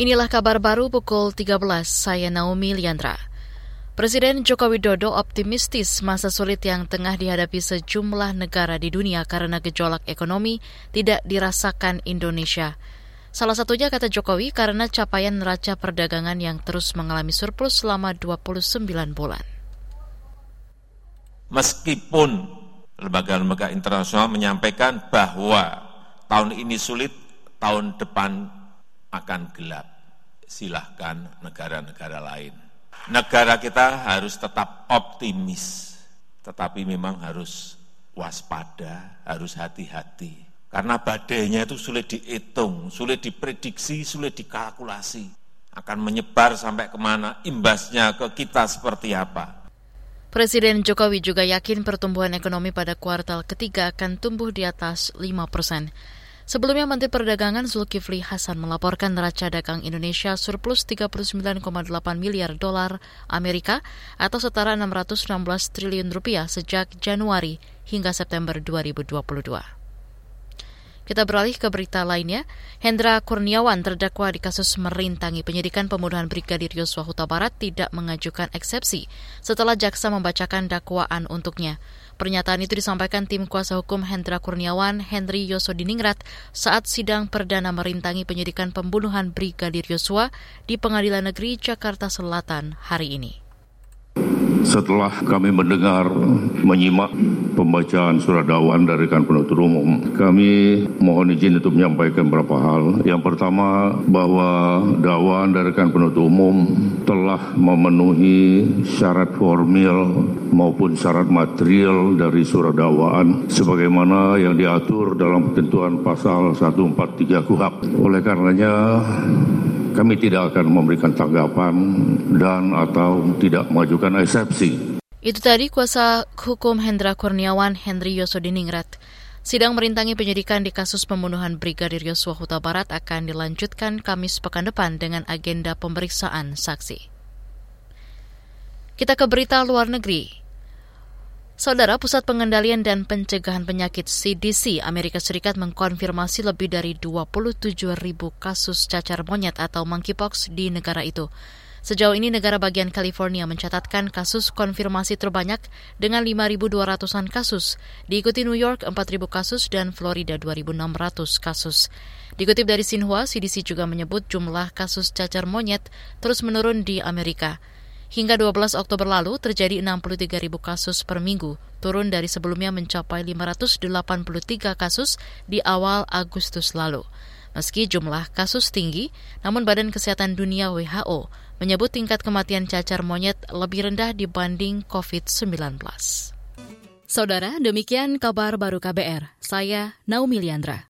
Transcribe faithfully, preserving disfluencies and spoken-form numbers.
Inilah kabar baru pukul tiga belas, saya Naomi Liandra. Presiden Joko Widodo optimistis masa sulit yang tengah dihadapi sejumlah negara di dunia karena gejolak ekonomi tidak dirasakan Indonesia. Salah satunya, kata Jokowi, karena capaian neraca perdagangan yang terus mengalami surplus selama dua puluh sembilan bulan. Meskipun lembaga-lembaga internasional menyampaikan bahwa tahun ini sulit, tahun depan akan gelap. Silahkan negara-negara lain. Negara kita harus tetap optimis, tetapi memang harus waspada, harus hati-hati. Karena badainya itu sulit dihitung, sulit diprediksi, sulit dikalkulasi. Akan menyebar sampai kemana, imbasnya ke kita seperti apa. Presiden Jokowi juga yakin pertumbuhan ekonomi pada kuartal ketiga akan tumbuh di atas lima persen. Sebelumnya, Menteri Perdagangan Zulkifli Hasan melaporkan neraca dagang Indonesia surplus tiga puluh sembilan koma delapan miliar dolar Amerika atau setara enam ratus enam belas triliun rupiah sejak Januari hingga September dua ribu dua puluh dua. Kita beralih ke berita lainnya. Hendra Kurniawan, terdakwa di kasus merintangi penyidikan pembunuhan Brigadir Yosua Huta Barat, tidak mengajukan eksepsi setelah jaksa membacakan dakwaan untuknya. Pernyataan itu disampaikan tim kuasa hukum Hendra Kurniawan, Henry Yosodiningrat, saat sidang perdana merintangi penyidikan pembunuhan Brigadir Yosua di Pengadilan Negeri Jakarta Selatan hari ini. Setelah kami mendengar, menyimak pembacaan surat dakwaan dari rekan penuntut umum, kami mohon izin untuk menyampaikan beberapa hal. Yang pertama, bahwa dakwaan dari rekan penuntut umum telah memenuhi syarat formil maupun syarat material dari surat dakwaan sebagaimana yang diatur dalam ketentuan pasal seratus empat puluh tiga K U H P. Oleh karenanya, kami tidak akan memberikan tanggapan dan atau tidak mengajukan eksepsi. Itu tadi kuasa hukum Hendra Kurniawan, Henry Yosodiningrat. Sidang merintangi penyidikan di kasus pembunuhan Brigadir Yosua Huta Barat akan dilanjutkan Kamis pekan depan dengan agenda pemeriksaan saksi. Kita ke berita luar negeri. Saudara, Pusat Pengendalian dan Pencegahan Penyakit C D C Amerika Serikat mengkonfirmasi lebih dari dua puluh tujuh ribu kasus cacar monyet atau monkeypox di negara itu. Sejauh ini negara bagian California mencatatkan kasus konfirmasi terbanyak dengan lima ribu dua ratusan kasus, diikuti New York empat ribu kasus dan Florida dua ribu enam ratus kasus. Dikutip dari Xinhua, C D C juga menyebut jumlah kasus cacar monyet terus menurun di Amerika. Hingga dua belas Oktober lalu terjadi enam puluh tiga ribu kasus per minggu, turun dari sebelumnya mencapai lima ratus delapan puluh tiga kasus di awal Agustus lalu. Meski jumlah kasus tinggi, namun Badan Kesehatan Dunia W H O menyebut tingkat kematian cacar monyet lebih rendah dibanding covid sembilan belas. Saudara, demikian kabar baru K B R. Saya Naomi Liandra.